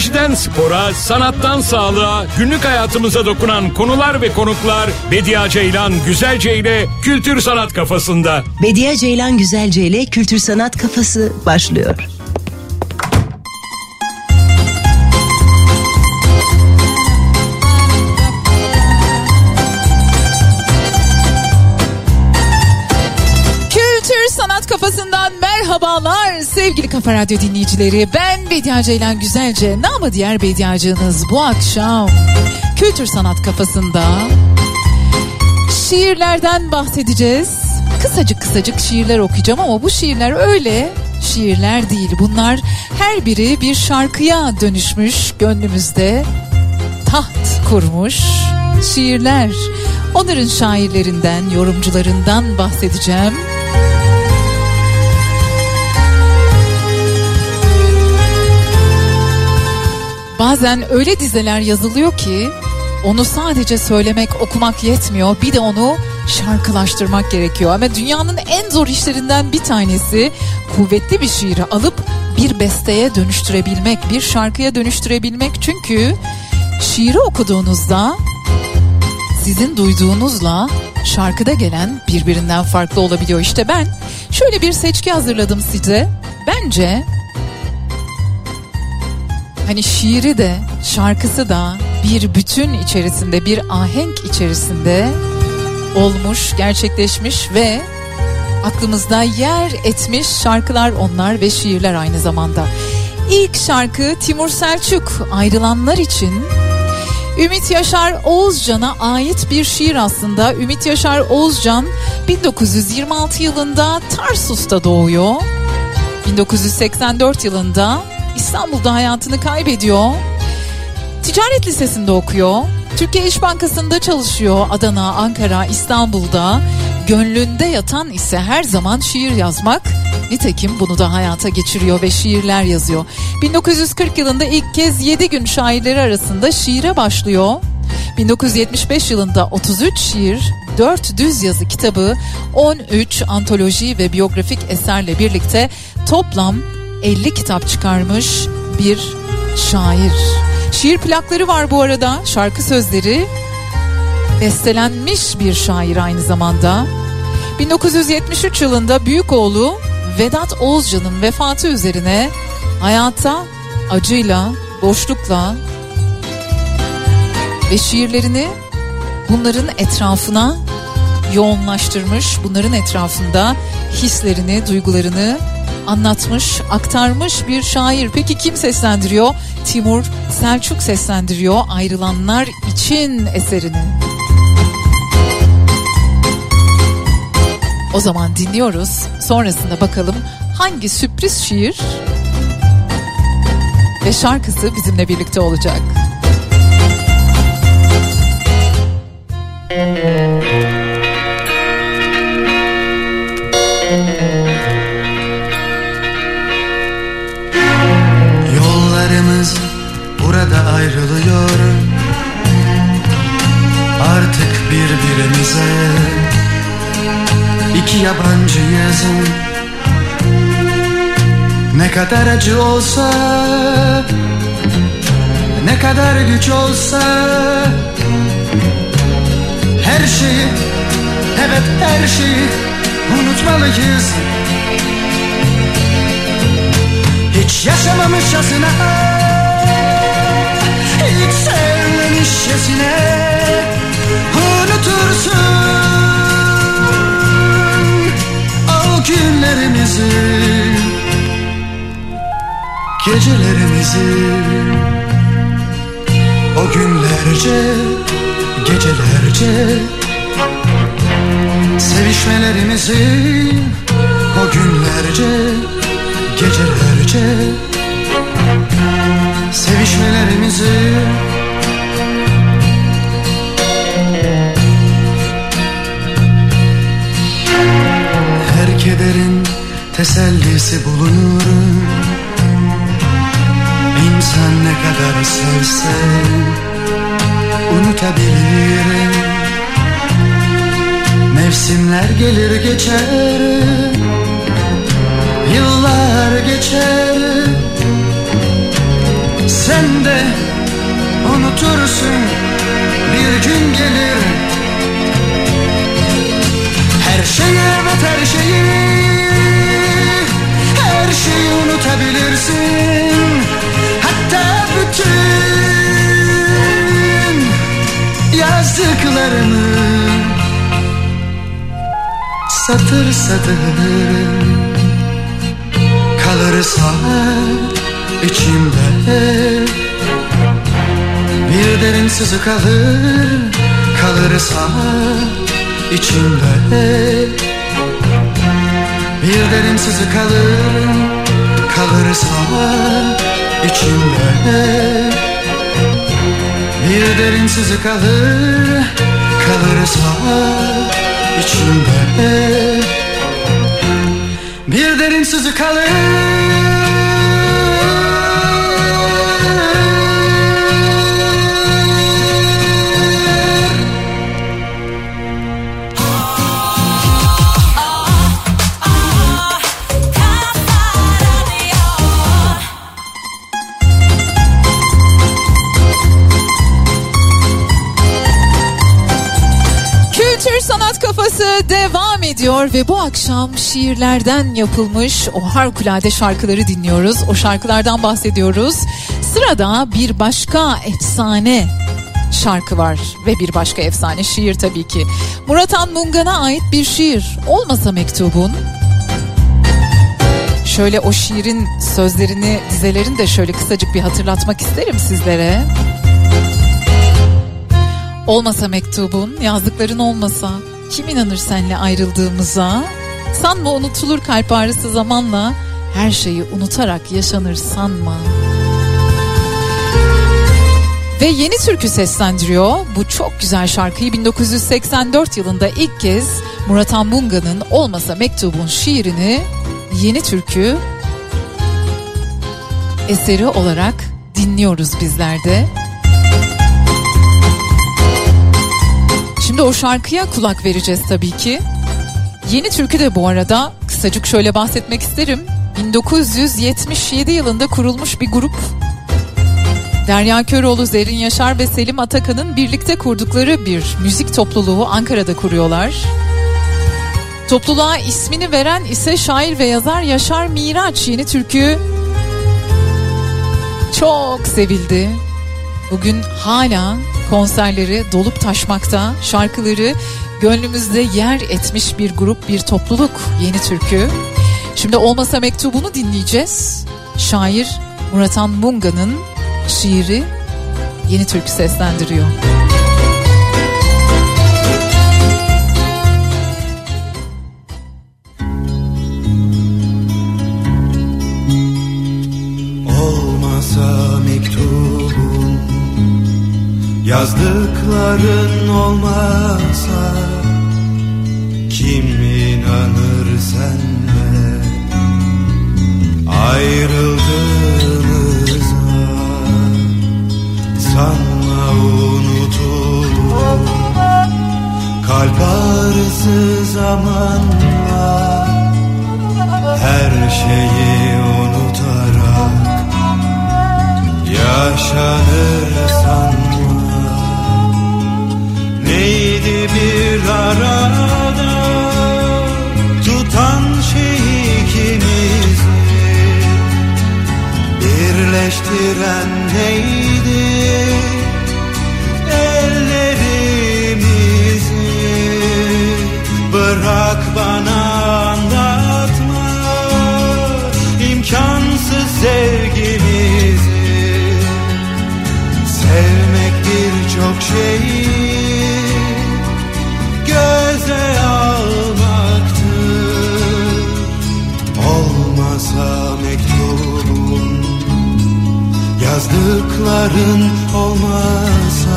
Teknolojiden spora, sanattan sağlığa, günlük hayatımıza dokunan konular ve konuklar Bediye Ceylan Güzelce ile Kültür Sanat Kafası'nda. Bediye Ceylan Güzelce ile Kültür Sanat Kafası başlıyor. Sanat Kafası'ndan merhabalar sevgili Kafa Radyo dinleyicileri. Ben Bediye Ceylan Güzelce, namı diğer Bediacığınız. Bu akşam Kültür Sanat Kafası'nda şiirlerden bahsedeceğiz. Kısacık şiirler okuyacağım ama bu şiirler öyle şiirler değil. Bunlar her biri bir şarkıya dönüşmüş, gönlümüzde taht kurmuş şiirler. Onların şairlerinden, yorumcularından bahsedeceğim. Bazen öyle dizeler yazılıyor ki onu sadece söylemek, okumak yetmiyor. Bir de onu şarkılaştırmak gerekiyor. Ama dünyanın en zor işlerinden bir tanesi kuvvetli bir şiiri alıp bir besteye dönüştürebilmek, bir şarkıya dönüştürebilmek. Çünkü şiiri okuduğunuzda sizin duyduğunuzla şarkıda gelen birbirinden farklı olabiliyor. İşte ben şöyle bir seçki hazırladım size. Bence hani şiiri de şarkısı da bir bütün içerisinde, bir ahenk içerisinde olmuş, gerçekleşmiş ve aklımızda yer etmiş şarkılar onlar ve şiirler aynı zamanda. İlk şarkı Timur Selçuk, Ayrılanlar için. Ümit Yaşar Oğuzcan'a ait bir şiir aslında. Ümit Yaşar Oğuzcan 1926 yılında Tarsus'ta doğuyor. 1984 yılında İstanbul'da hayatını kaybediyor. Ticaret Lisesi'nde okuyor. Türkiye İş Bankası'nda çalışıyor. Adana, Ankara, İstanbul'da. Gönlünde yatan ise her zaman şiir yazmak. Nitekim bunu da hayata geçiriyor ve şiirler yazıyor. 1940 yılında ilk kez 7 gün şairleri arasında şiire başlıyor. 1975 yılında 33 şiir, 4 düz yazı kitabı, 13 antoloji ve biyografik eserle birlikte toplam 50 kitap çıkarmış bir şair. Şiir plakları var bu arada, şarkı sözleri, bestelenmiş bir şair aynı zamanda. 1973 yılında büyük oğlu Vedat Oğuzcan'ın vefatı üzerine hayata acıyla, boşlukla ve şiirlerini bunların etrafına yoğunlaştırmış, bunların etrafında hislerini, duygularını anlatmış, aktarmış bir şair. Peki kim seslendiriyor? Timur Selçuk seslendiriyor Ayrılanlar için eserini. O zaman dinliyoruz. Sonrasında bakalım hangi sürpriz şiir ve şarkısı bizimle birlikte olacak. Yollarımız burada ayrılıyor. Artık birbirimize iki yabancıyız. Ne kadar acı olsa, ne kadar güç olsa, her şeyi, evet her şeyi unutmalıyız. Hiç yaşamamışçasına, hiç sevmemişçesine unutursun o günlerimizi, gecelerimizi, o günlerce, gecelerce sevişmelerimizi, o günlerce, gecelerce sevişmelerimizi. Her kederin tesellisi bulunur. İnsan ne kadar sevse unutabilir. Mevsimler gelir geçer, yıllar geçer, Sen de unutursun, bir gün gelir. Her şeyi, evet her şeyi, her şeyi unutabilirsin. Hatta bütün yazdıklarımı satır satır kalırsa içimde bir derin sızı kalırsa içimde bir derin sızı kalırsa içimde bir derin sızı kalırsa içimde bir derin sızı kalır. Sanat Kafası devam ediyor ve bu akşam şiirlerden yapılmış o harikulade şarkıları dinliyoruz. O şarkılardan bahsediyoruz. Sırada bir başka efsane şarkı var ve bir başka efsane şiir tabii ki. Murat Mungan'a ait bir şiir. Olmasa mektubun. Şöyle o şiirin sözlerini, dizelerini de şöyle kısacık bir hatırlatmak isterim sizlere. Olmasa mektubun, yazdıkların olmasa kim inanır senle ayrıldığımıza? Sanma unutulur kalp ağrısı zamanla, her şeyi unutarak yaşanır sanma. Ve Yeni Türkü seslendiriyor bu çok güzel şarkıyı. 1984 yılında ilk kez Murat Mungan'ın Olmasa Mektubun şiirini Yeni Türkü eseri olarak dinliyoruz bizler de. Şimdi o şarkıya kulak vereceğiz tabii ki. Yeni Türkü de bu arada kısacık şöyle bahsetmek isterim. 1977 yılında kurulmuş bir grup. Derya Köroğlu, Zerrin Yaşar ve Selim Atakan'ın birlikte kurdukları bir müzik topluluğu Ankara'da kuruyorlar. Topluluğa ismini veren ise şair ve yazar Yaşar Miraç. Yeni Türkü çok sevildi. Bugün hala konserleri dolup taşmakta, şarkıları gönlümüzde yer etmiş bir grup, bir topluluk Yeni Türkü. Şimdi Olmasa Mektubunu dinleyeceğiz. Şair Murat Mungan'ın şiiri Yeni Türkü seslendiriyor. Olmasa mektubun, yazdıkların olmasa kim inanır senle ayrıldığımıza? Sanma unutulur kalp ağrısı zamanla, her şeyi unutarak yaşanır sanma. Neydi bir arada tutan şey ikimizi, birleştiren neydi ellerimizi? Bırak bana anlatma imkansız sevgimizi. Sevmek birçok şeyi göze almaktır. Olmasa mektubun, yazdıkların olmasa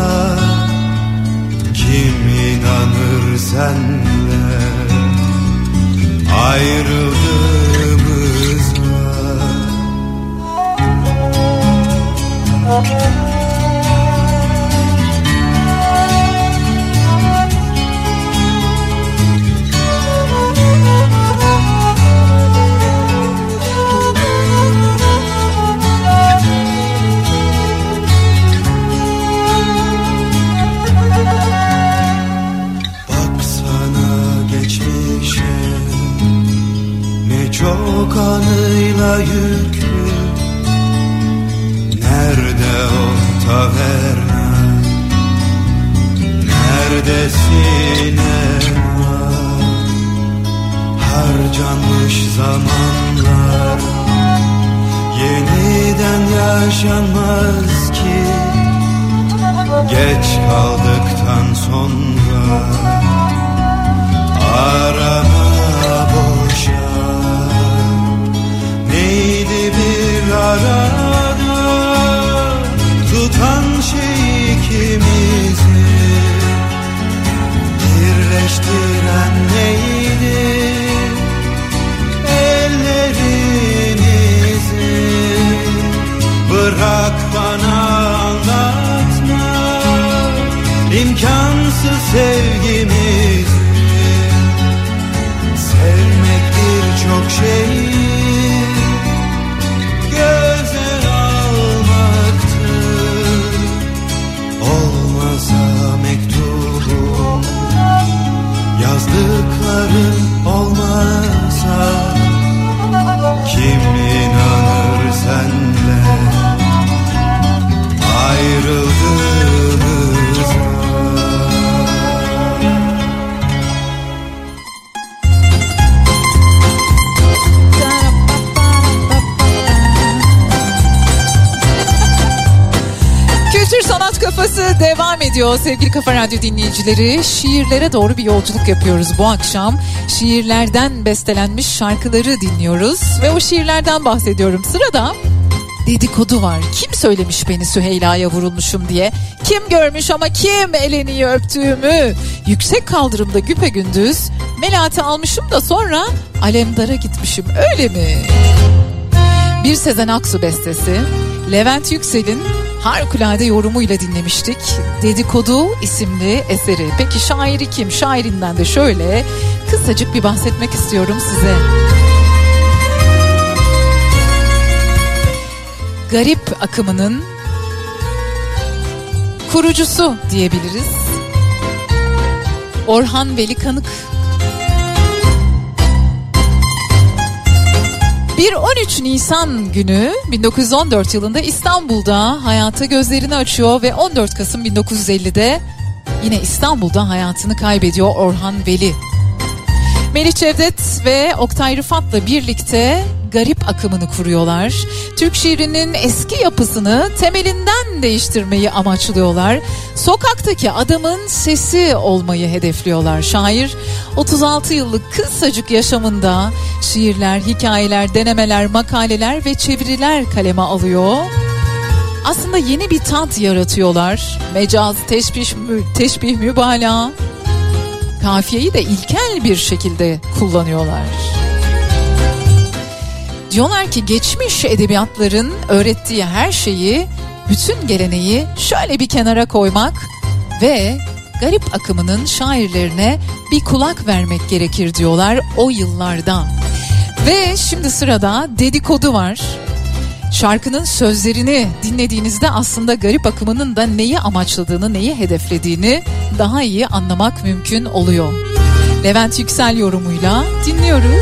kim inanır senle ayrıldığımıza? Aşkıyla yüklü, nerede olta verme, nerede sinema, harcanmış zamanlar yeniden yaşanmaz ki, geç kaldıktan sonra arama boşa. Neydi bir arada tutan şey ikimizi, birleştiren neydi ellerimizi? Bırak bana anlatma imkansız sevgimizi. Sevmek birçok şey göze almaktır. Olmasa mektubum, yazdıkların olmasa, kim inanır senle ayrıldığımıza? Kültür Sanat Kafası devam ediyor sevgili Kafa Radyo dinleyicileri. Şiirlere doğru bir yolculuk yapıyoruz bu akşam. Şiirlerden bestelenmiş şarkıları dinliyoruz ve o şiirlerden bahsediyorum. Sırada dedikodu var. Kim söylemiş beni Süheyla'ya vurulmuşum diye? Kim görmüş ama kim Eleni'yi öptüğümü? Yüksek kaldırımda güpegündüz Melahat'i almışım da sonra Alemdar'a gitmişim, öyle mi? Bir Sezen Aksu bestesi, Levent Yüksel'in harikulade yorumuyla dinlemiştik Dedikodu isimli eseri. Peki şairi kim? Şairinden de şöyle kısacık bir bahsetmek istiyorum size. Garip akımının kurucusu diyebiliriz. Orhan Veli Kanık. Bir 13 Nisan günü 1914 yılında İstanbul'da hayata gözlerini açıyor ve 14 Kasım 1950'de yine İstanbul'da hayatını kaybediyor Orhan Veli. Melih Cevdet ve Oktay Rıfat'la birlikte garip akımını kuruyorlar. Türk şiirinin eski yapısını temelinden değiştirmeyi amaçlıyorlar. Sokaktaki adamın sesi olmayı hedefliyorlar. Şair 36 yıllık kısacık yaşamında şiirler, hikayeler, denemeler, makaleler ve çeviriler kaleme alıyor. Aslında yeni bir tat yaratıyorlar. Mecaz, teşbih, mübalağa. Kafiyeyi de ilkel bir şekilde kullanıyorlar. Diyorlar ki geçmiş edebiyatların öğrettiği her şeyi, bütün geleneği şöyle bir kenara koymak ve garip akımının şairlerine bir kulak vermek gerekir diyorlar o yıllarda. Ve şimdi sırada dedikodu var. Şarkının sözlerini dinlediğinizde aslında garip akımının da neyi amaçladığını, neyi hedeflediğini daha iyi anlamak mümkün oluyor. Levent Yüksel yorumuyla dinliyoruz.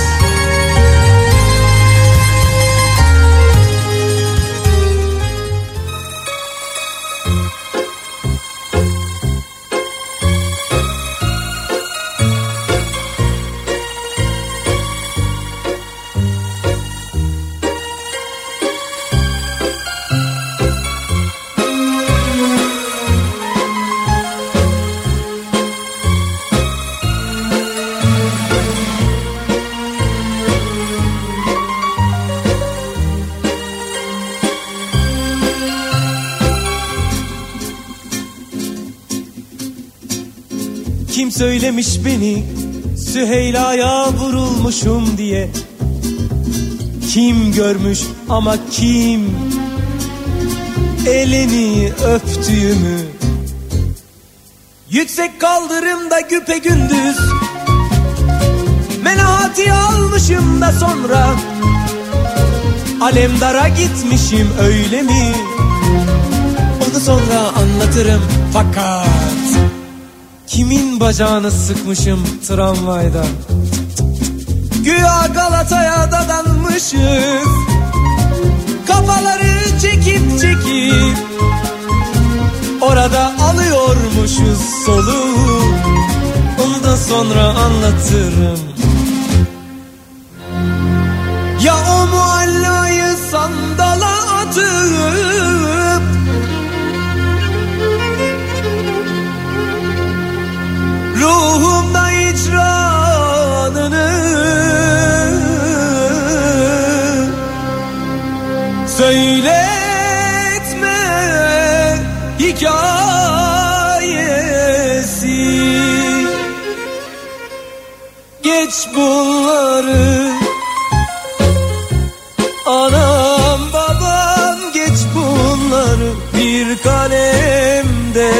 Kim söylemiş beni Süheyla'ya vurulmuşum diye? Kim görmüş ama kim elini öptüğümü? Yüksek kaldırımda güpegündüz Melahat'i almışım da sonra Alemdar'a gitmişim, öyle mi? Onu sonra anlatırım fakat kimin bacağını sıkmışım tramvayda? Güya Galata'ya dadanmışız, kafaları çekip çekip orada alıyormuşuz soluğu. Onu da sonra anlatırım. Ya o muallayı sandala atıp ruhumda icranını söyletme hikayesi. Geç bunları anam babam, geç bunları bir kalemde.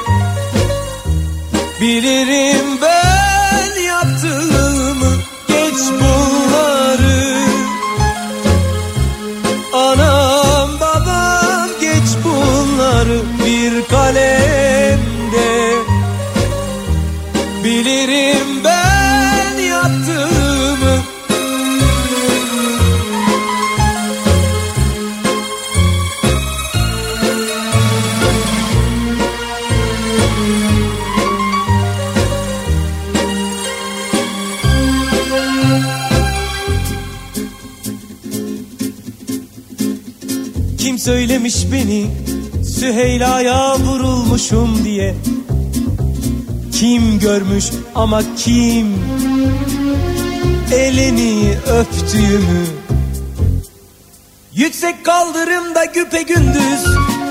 Bilirim ben yaptığımı, geç bunları anam babam, geç bunları bir kalemde. Bilirim ben yaptığımı. Kim söylemiş beni Süheyla'ya vurulmuşum diye? Kim görmüş ama kim elini öptüğümü? Yüksek kaldırımda güpegündüz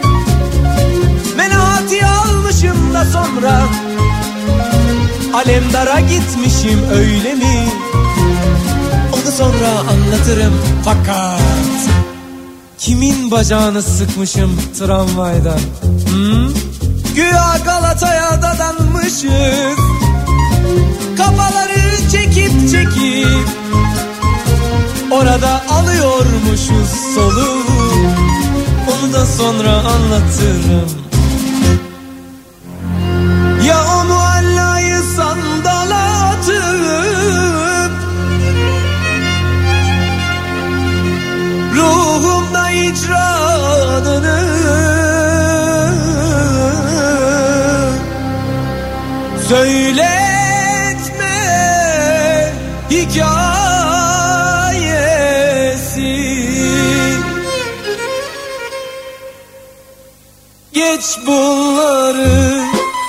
menati almışım da sonra Alemdar'a gitmişim, öyle mi? Onu sonra anlatırım. Fakat kimin bacağını sıkmışım tramvayda? Güya Galata'ya dadanmışız, kafaları çekip çekip orada alıyormuşuz soluğu. Onu da sonra anlatırım. Ya o muallayı sandala atıp ruhumda icranını söyletme hikayesi. Geç bunları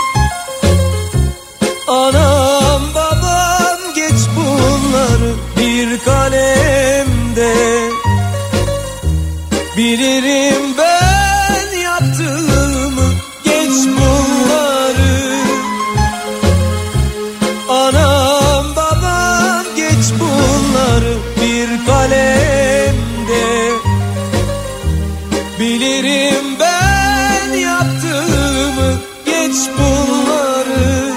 anam babam, geç bunları bir kalemde. Bilirim ben yaptığımı, geç bunları anam babam, geç bunları bir kalemde. Bilirim ben yaptığımı, geç bunları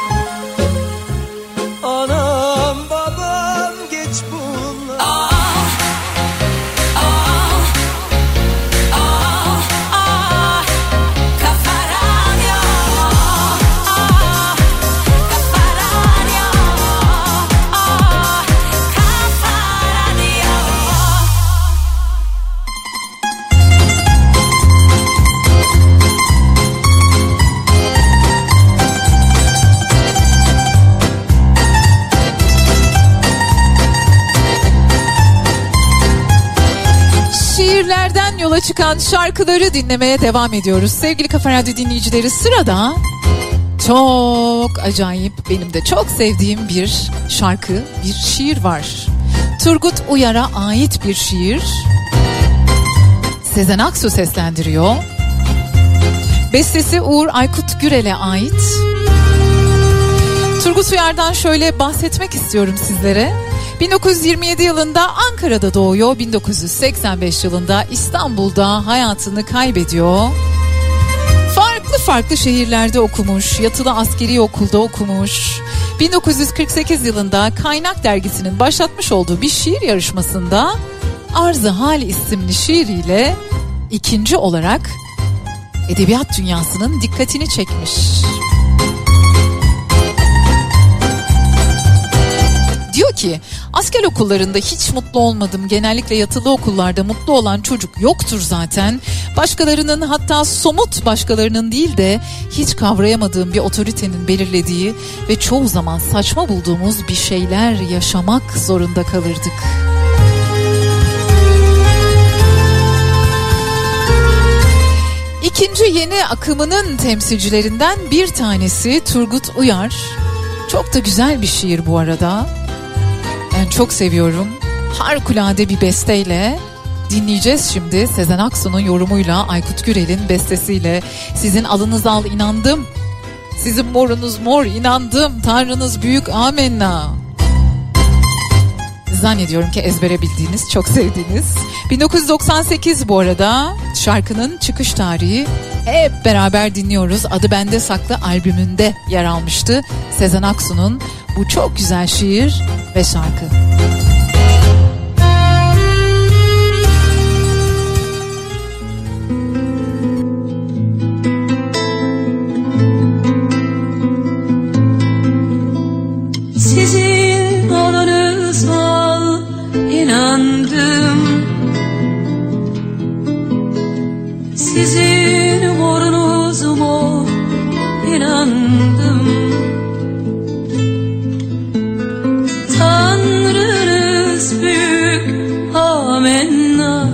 anam babam, geç bunları. Şiirlerden yola çıkan şarkıları dinlemeye devam ediyoruz. Sevgili Kafa Radyo dinleyicileri, sırada çok acayip, benim de çok sevdiğim bir şarkı, bir şiir var. Turgut Uyar'a ait bir şiir. Sezen Aksu seslendiriyor. Bestesi Uğur Aykut Gürel'e ait. Turgut Uyar'dan şöyle bahsetmek istiyorum sizlere. 1927 yılında Ankara'da doğuyor. 1985 yılında İstanbul'da hayatını kaybediyor. Farklı şehirlerde okumuş, yatılı askeri okulda okumuş. 1948 yılında Kaynak dergisinin başlatmış olduğu bir şiir yarışmasında Arz-ı Hal isimli şiiriyle ikinci olarak edebiyat dünyasının dikkatini çekmiş. Diyor ki asker okullarında hiç mutlu olmadım. Genellikle yatılı okullarda mutlu olan çocuk yoktur zaten. Başkalarının, hatta somut başkalarının değil de hiç kavrayamadığım bir otoritenin belirlediği ve çoğu zaman saçma bulduğumuz bir şeyler yaşamak zorunda kalırdık. İkinci yeni akımının temsilcilerinden bir tanesi Turgut Uyar. Çok da güzel bir şiir bu arada. Ben çok seviyorum. Harikulade bir besteyle dinleyeceğiz şimdi. Sezen Aksu'nun yorumuyla, Aykut Gürel'in bestesiyle. Sizin alınız al inandım. Sizin morunuz mor inandım. Tanrınız büyük amenna. Zannediyorum ki ezbere bildiğiniz, çok sevdiğiniz. 1998 bu arada şarkının çıkış tarihi. Hep beraber dinliyoruz. Adı Bende Saklı albümünde yer almıştı Sezen Aksu'nun bu çok güzel şiir ve şarkı. Sizin olanız al inandım. Sizin morunuz mor inandım. Tanrınız büyük amenna.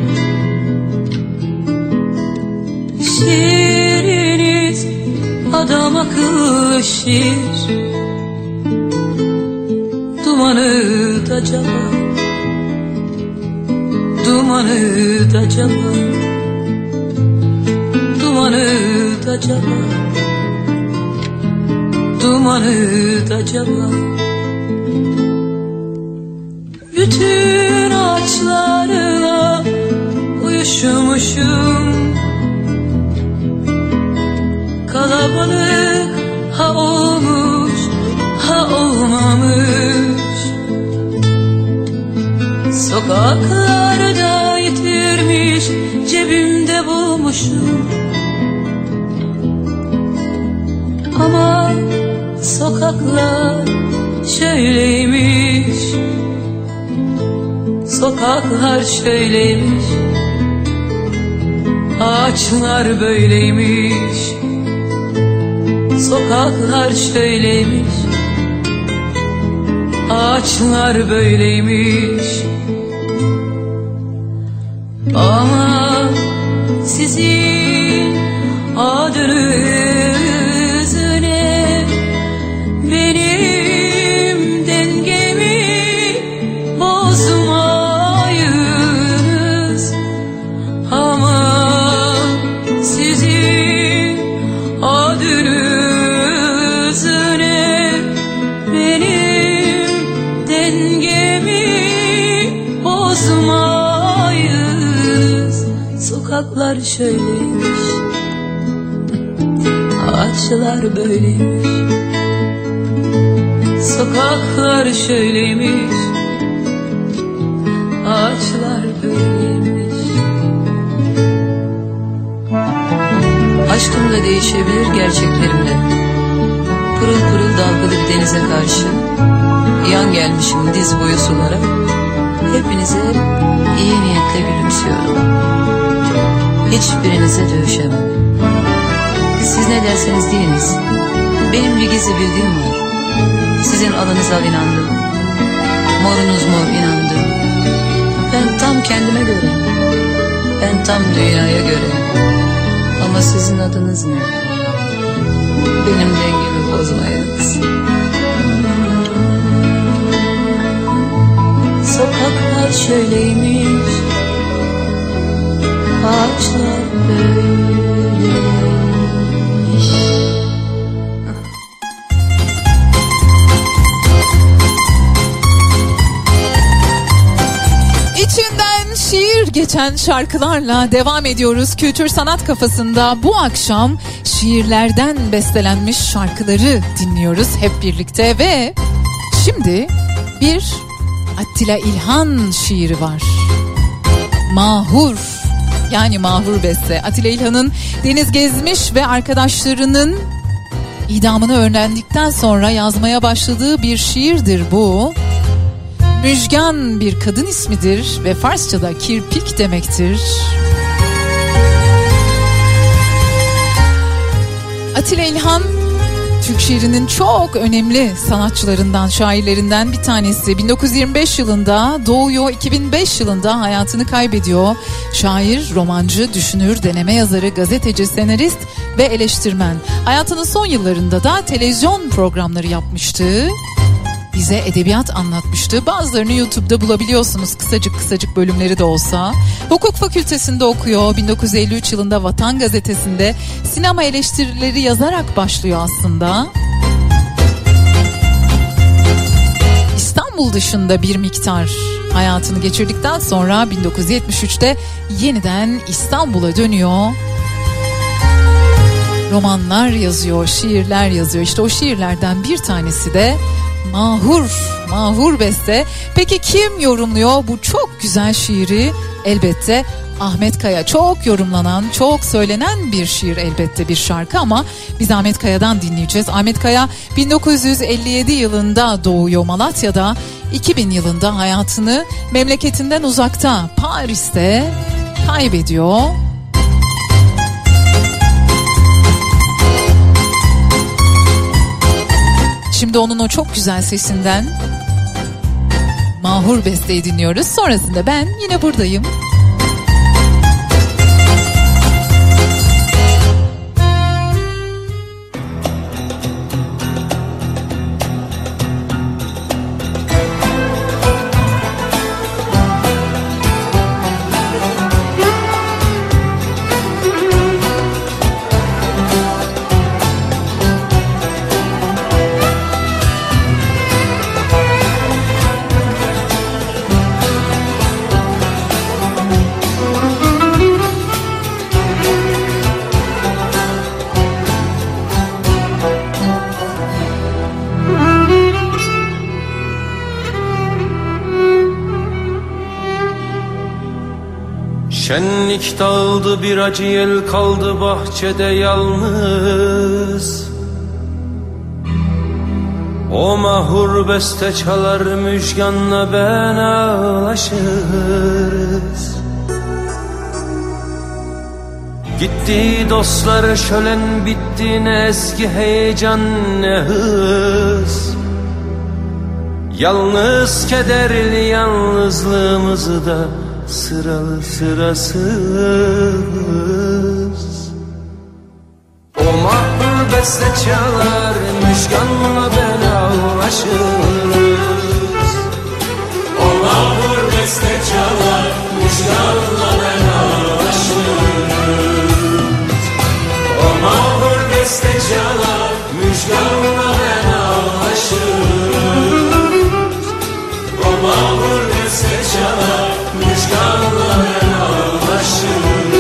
Şiiriniz adam akıllı şiir. Dumanı da caba, dumanı da caba, dumanı da caba, dumanı da caba. Bütün ağaçlarla uyuşmuşum. Kalabalık ha olmuş ha olmamış. Sokaklarda yitirmiş, cebimde bulmuşum. Ama sokaklar şöyleymiş, sokaklar şöyleymiş, ağaçlar böyleymiş, sokaklar şöyleymiş, ağaçlar böyleymiş. Ama sizin adınız ne? Benim dengemi bozmayınız. Ama sizin adınız ne? Benim dengemi bozmayınız. Sokaklar şöyleymiş, ağaçlar böyleymiş, sokaklar şöyleymiş, ağaçlar böyleymiş. Aşkım da değişebilir gerçeklerim de. Pırıl pırıl dalgalı bir denize karşı yan gelmişim diz boyu sulara. Hepinize iyi niyetle gülümsüyorum. Hiçbirinize dövüşemem. Siz ne derseniz deyiniz, benim bir gizli bildiğim var. Sizin adınıza inandım, morunuz mor inandım. Ben tam kendime göre, ben tam dünyaya göre. Ama sizin adınız ne? Benim dengemi bozmayınız. Sokaklar şöyleymiş, ağaçlar böyleymiş. İçinden şiir geçen şarkılarla devam ediyoruz. Kültür Sanat Kafası'nda bu akşam şiirlerden bestelenmiş şarkıları dinliyoruz hep birlikte ve şimdi bir Attila İlhan şiiri var. Mahur, yani mahur beste. Attila İlhan'ın Deniz Gezmiş ve arkadaşlarının idamını öğrendikten sonra yazmaya başladığı bir şiirdir bu. Müjgan bir kadın ismidir ve Farsça'da kirpik demektir. Atilla İlhan Türk şiirinin çok önemli sanatçılarından, şairlerinden bir tanesi. 1925 yılında doğuyor, 2005 yılında hayatını kaybediyor. Şair, romancı, düşünür, deneme yazarı, gazeteci, senarist ve eleştirmen. Hayatının son yıllarında da televizyon programları yapmıştı. Bize edebiyat anlatmıştı. Bazılarını YouTube'da bulabiliyorsunuz, kısacık bölümleri de olsa. Hukuk fakültesinde okuyor. 1953 yılında Vatan Gazetesi'nde sinema eleştirileri yazarak başlıyor aslında. İstanbul dışında bir miktar hayatını geçirdikten sonra 1973'te yeniden İstanbul'a dönüyor. Romanlar yazıyor, şiirler yazıyor. İşte o şiirlerden bir tanesi de Mahur Beste. Peki kim yorumluyor bu çok güzel şiiri? Elbette Ahmet Kaya. Çok yorumlanan, çok söylenen bir şiir, elbette bir şarkı, ama biz Ahmet Kaya'dan dinleyeceğiz. Ahmet Kaya 1957 yılında doğuyor Malatya'da. 2000 yılında hayatını memleketinden uzakta Paris'te kaybediyor. Şimdi onun o çok güzel sesinden Mahur Beste'yi dinliyoruz. Sonrasında ben yine buradayım. Şenlik dağıldı, bir acı yel kaldı bahçede yalnız. O mahur beste çalar, müjganla ben ağlaşırız. Gitti dostlar şölen, bitti ne eski heyecan ne hız. Yalnız kederli yalnızlığımızı da sıralı sırasız. O mahpur beste çalar, müjganla ben ağlaşırız. O mahpur beste çalar, müjganla ben ağlaşırız. O mahpur beste çalar, müjganla ben ağlaşırız. O mahpur beste çalar, müjganla ben ağlaşırız.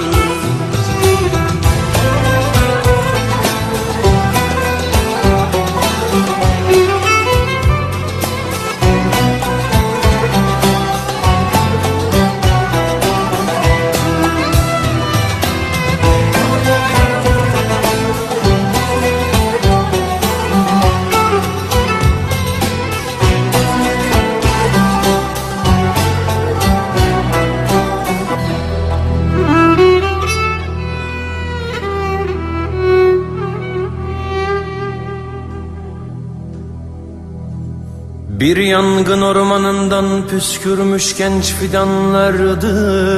Bir yangın ormanından püskürmüş genç fidanlardı.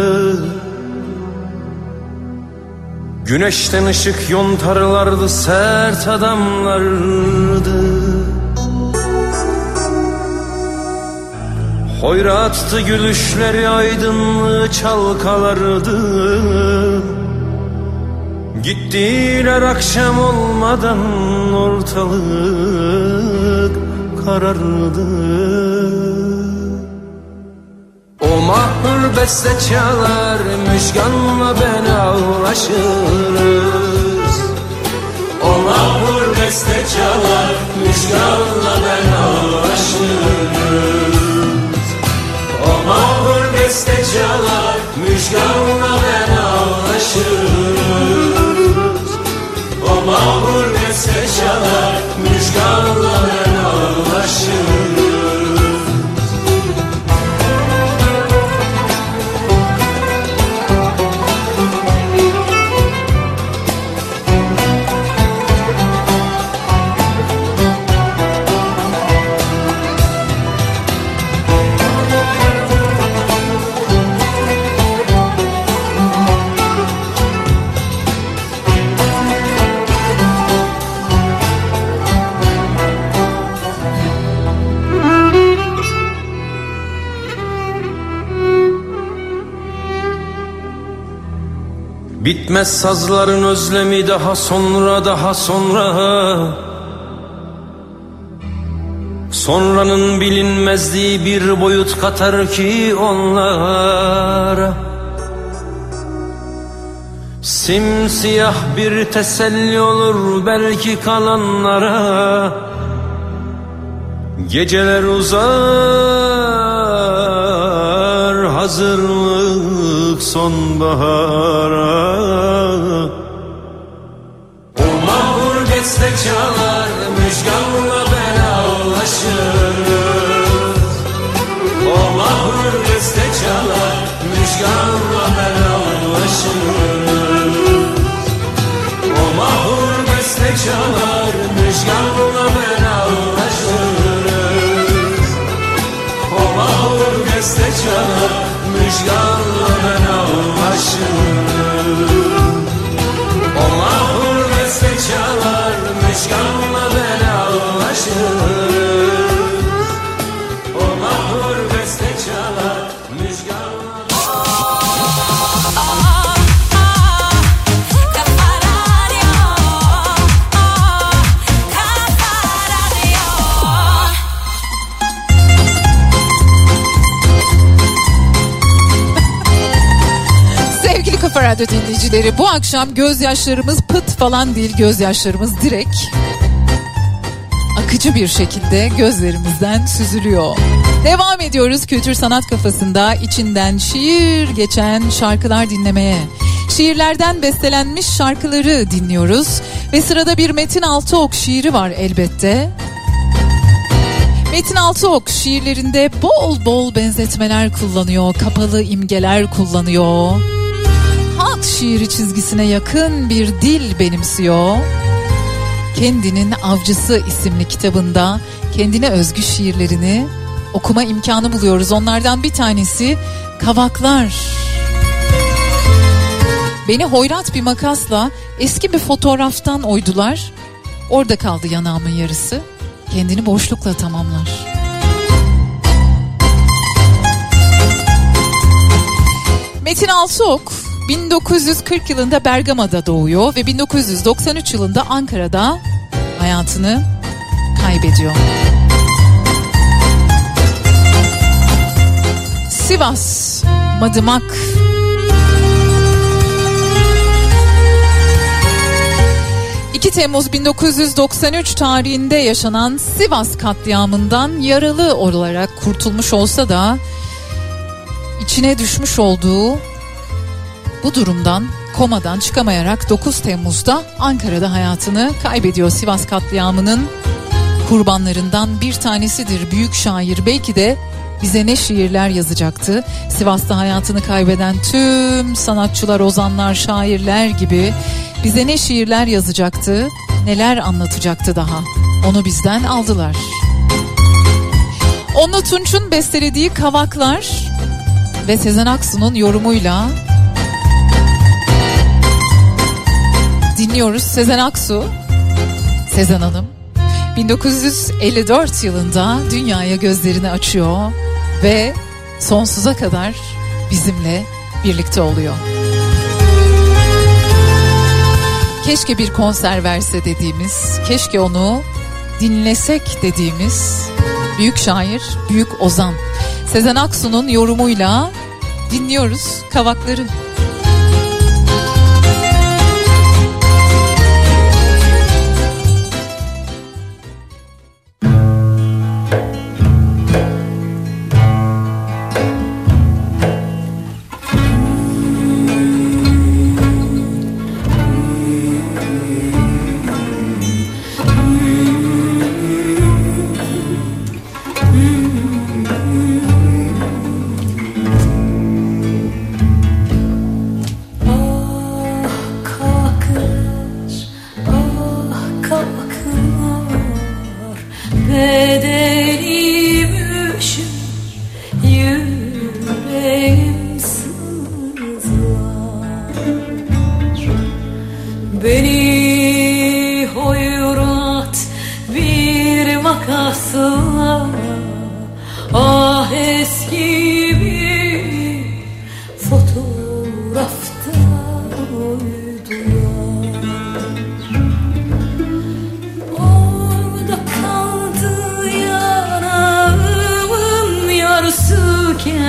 Güneşten ışık yontarlardı, sert adamlardı. Hoyrattı gülüşleri, aydınlığı çalkalardı. Gittiler akşam olmadan, ortalık karardı. O mahpur beste çalar, müjganla ben ağlaşırız. O mahpur beste çalar, müjganla ben ağlaşırız. O mahpur beste çalar, müjganla ben ağlaşırız. O mahpur beste çalar, müjganla ben ağlaşırız. Bitmez sazların özlemi daha sonra daha sonra. Sonranın bilinmezliği bir boyut katar ki onlara. Simsiyah bir teselli olur belki kalanlara. Geceler uzar, hazırlık sonbahara. O mahur beste çalar, müjganla belalaşırız. O mahur beste çalar, müjganla belalaşırız. O mahur beste çalar, müjganla belalaşırız. O mahur beste çalar, müjganla belalaşırız. O mahur beste çalar, müjganla belalaşırız. O mahur beste çalar, müjganla. Sevgili Kafa Radyo dinleyicileri, bu akşam gözyaşlarımız pıt falan değil, gözyaşlarımız direkt akıcı bir şekilde gözlerimizden süzülüyor. Devam ediyoruz Kültür Sanat Kafası'nda içinden şiir geçen şarkılar dinlemeye. Şiirlerden bestelenmiş şarkıları dinliyoruz ve sırada bir Metin Altıok şiiri var elbette. Metin Altıok şiirlerinde bol bol benzetmeler kullanıyor, kapalı imgeler kullanıyor. Halk şiiri çizgisine yakın bir dil benimsiyor. Kendinin Avcısı isimli kitabında kendine özgü şiirlerini okuma imkanı buluyoruz. Onlardan bir tanesi Kavaklar. Beni hoyrat bir makasla eski bir fotoğraftan oydular. Orada kaldı yanağımın yarısı. Kendini boşlukla tamamlar. Metin Altıok 1940 yılında Bergama'da doğuyor ve 1993 yılında Ankara'da hayatını kaybediyor. Sivas, Madımak. Temmuz 1993 tarihinde yaşanan Sivas katliamından yaralı olarak kurtulmuş olsa da içine düşmüş olduğu bu durumdan, komadan çıkamayarak 9 Temmuz'da Ankara'da hayatını kaybediyor. Sivas katliamının kurbanlarından bir tanesidir büyük şair. Belki de bize ne şiirler yazacaktı. Sivas'ta hayatını kaybeden tüm sanatçılar, ozanlar, şairler gibi bize ne şiirler yazacaktı, neler anlatacaktı daha. Onu bizden aldılar. Onno Tunç'un bestelediği Kavaklar ve Sezen Aksu'nun yorumuyla dinliyoruz. Sezen Aksu, Sezen Hanım 1954 yılında dünyaya gözlerini açıyor ve sonsuza kadar bizimle birlikte oluyor. Keşke bir konser verse dediğimiz, keşke onu dinlesek dediğimiz büyük şair, büyük ozan Sezen Aksu'nun yorumuyla dinliyoruz Kavakları.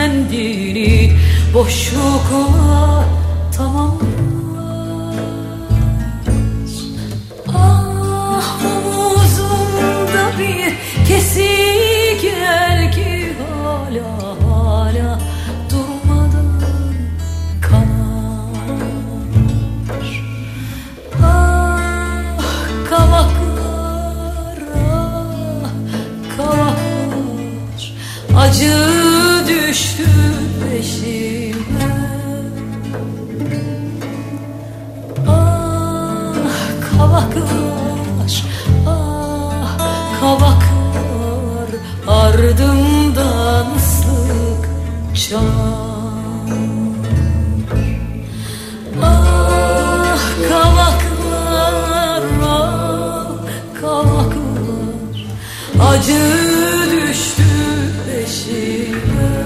kendini boşlukla tamamlar. Ah, omuzumda bir kesik yer ki hala durmadan kanar. Ah, kavaklar, kavaklar, acı düştü peşime. Ah, kavaklar, kavaklar, ardımdan sıkça. Ah, kavaklar, kavaklar, acı düştü peşime.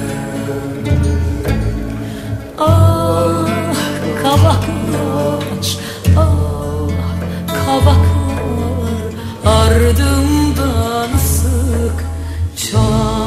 Ah, kavaklar, kavaklar, ardımdan sıkça.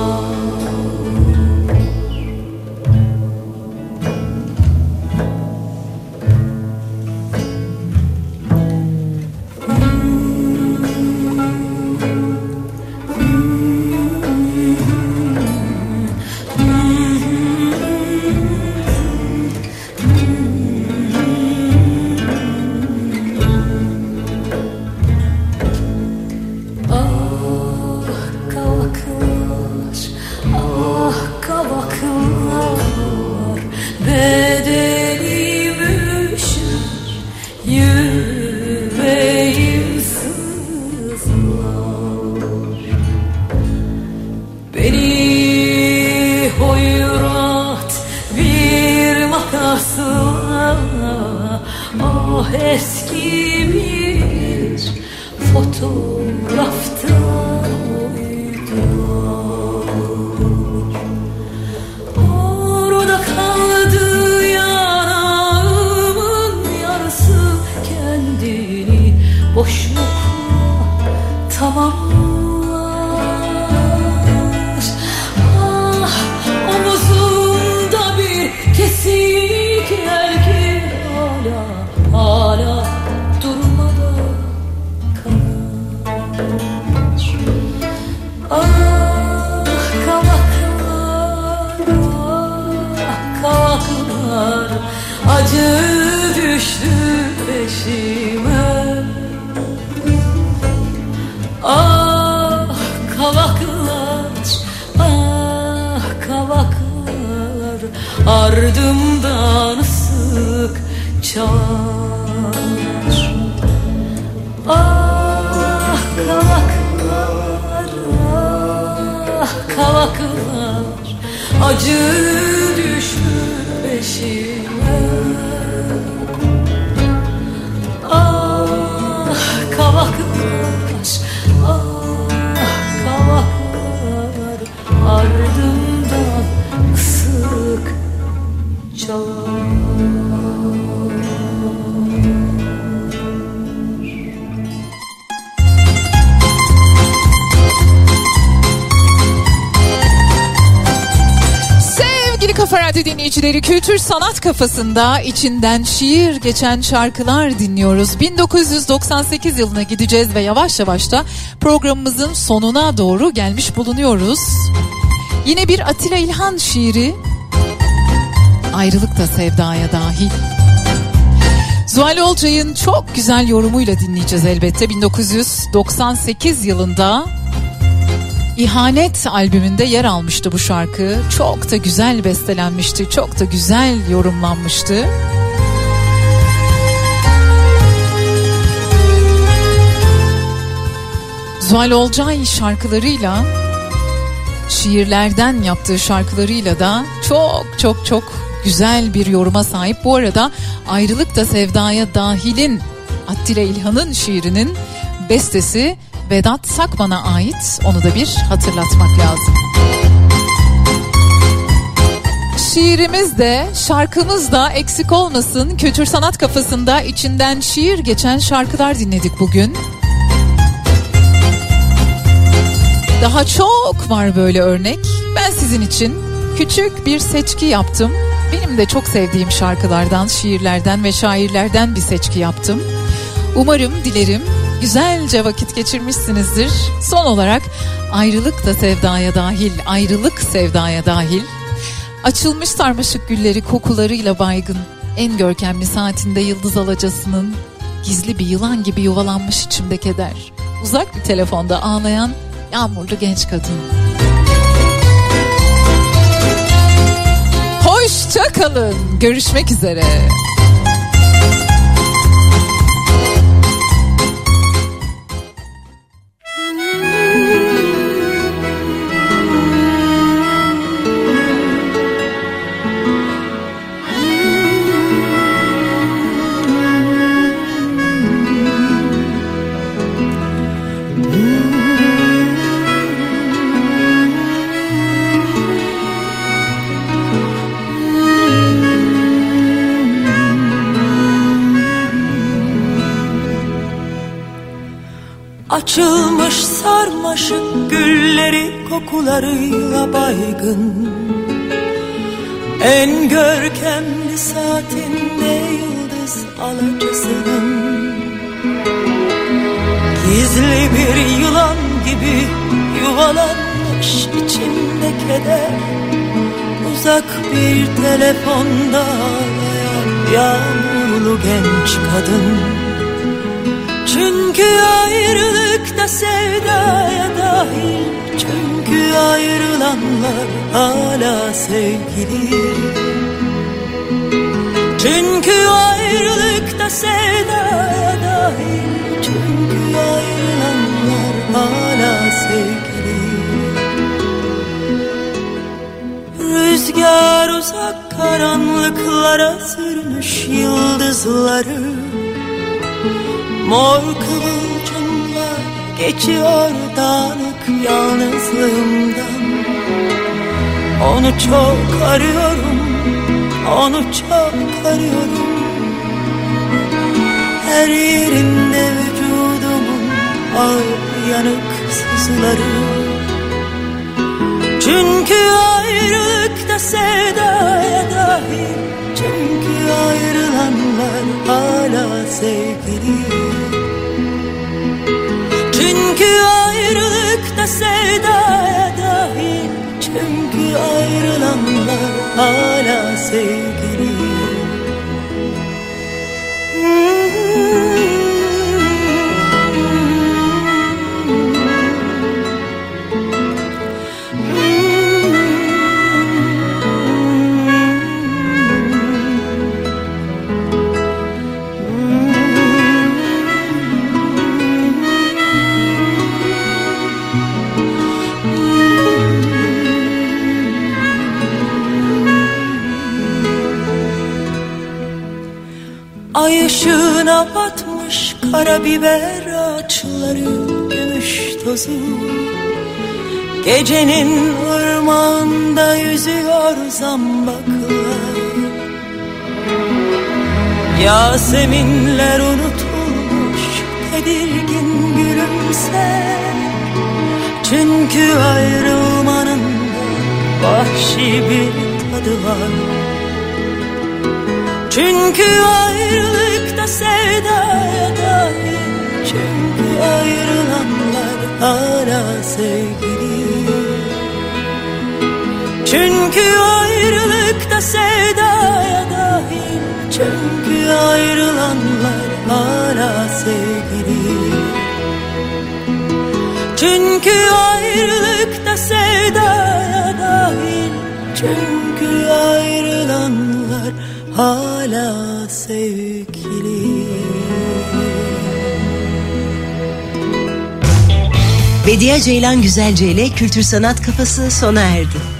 Bedenim üşür, yüreğim sızlar. Beni hoyrat bir makasla, ah eski bir fotoğrafta uydular. Orada kaldı yanağımın yarısı, kendini boşlukla tamamlar. Ah, omuzumda bir kesik yer ki hala durmadan kanar. Ah, kavaklar, kavaklar, acı düştü peşime. Ah, kavaklar, kavaklar, ardımdan sıkça. Ah, kavaklar, kavaklar, acı düştü peşime. Ah, kavaklar, kavaklar, ardımdan sıkça. Kafa Radyo dinleyicileri, Kültür Sanat Kafası'nda içinden şiir geçen şarkılar dinliyoruz. 1998 yılına gideceğiz ve yavaş yavaş da programımızın sonuna doğru gelmiş bulunuyoruz. Yine bir Atilla İlhan şiiri, Ayrılık da Sevdaya Dahil. Zuhal Olcay'ın çok güzel yorumuyla dinleyeceğiz elbette. 1998 yılında İhanet albümünde yer almıştı bu şarkı. Çok da güzel bestelenmişti, çok da güzel yorumlanmıştı. Zuhal Olcay şarkılarıyla, şiirlerden yaptığı şarkılarıyla da çok güzel bir yoruma sahip. Bu arada Ayrılık da Sevdaya Dahil'in, Atilla İlhan'ın şiirinin bestesi Vedat Sakman'a ait, onu da bir hatırlatmak lazım. Şiirimiz de şarkımız da eksik olmasın. Kültür Sanat Kafası'nda içinden şiir geçen şarkılar dinledik bugün. Daha çok var böyle örnek. Ben sizin için Küçük bir seçki yaptım. Benim de çok sevdiğim şarkılardan, şiirlerden ve şairlerden bir seçki yaptım. Umarım, dilerim güzelce vakit geçirmişsinizdir. Son olarak ayrılık da sevdaya dahil, ayrılık sevdaya dahil. Açılmış sarmaşık gülleri kokularıyla baygın, en görkemli saatinde yıldız alacasının gizli bir yılan gibi yuvalanmış içimde keder. Uzak bir telefonda ağlayan yağmurlu genç kadın. Hoşça kalın. Görüşmek üzere. Açılmış sarmaşık gülleri kokularıyla baygın, en görkemli saatinde yıldız alacasının gizli bir yılan gibi yuvalanmış içimde keder. Uzak bir telefonda ağlayan yağmurlu genç kadın. Çünkü ayrılıkta sevdaya dahil, çünkü ayrılanlar hala sevgili. Çünkü ayrılıkta sevdaya dahil, çünkü ayrılanlar hala sevgili. Rüzgar uzak karanlıklara sürmüş yıldızları, mor kıvılcımlar geçiyor dağınık yalnızlığımdan. Onu çok arıyorum, onu çok arıyorum. Her yerinde vücudumun ağır yanık sızıları. Çünkü ayrılıkta sevdaya dahil, çünkü ayrılanlar hala sevgili. Çünkü ayrılıkta sevdaya dahil, çünkü ayrılanlar hala sevgili. Ay ışığına batmış karabiber ağaçları, gümüş tozu. Gecenin ırmağında yüzüyor zambaklar. Yaseminler unutulmuş, tedirgin gülümser. Çünkü ayrılmanın da vahşi bir tadı var. Çünkü ayrılıkta sevdaya dahil, çünkü ayrılanlar hala sevgili. Çünkü ayrılıkta sevdaya dahil, çünkü ayrılanlar hala sevgili. Çünkü ayrılıkta sevdaya dahil, çünkü ayrılanlar hala sevgili. Bediye Ceylan Güzelce ile Kültür Sanat Kafası sona erdi.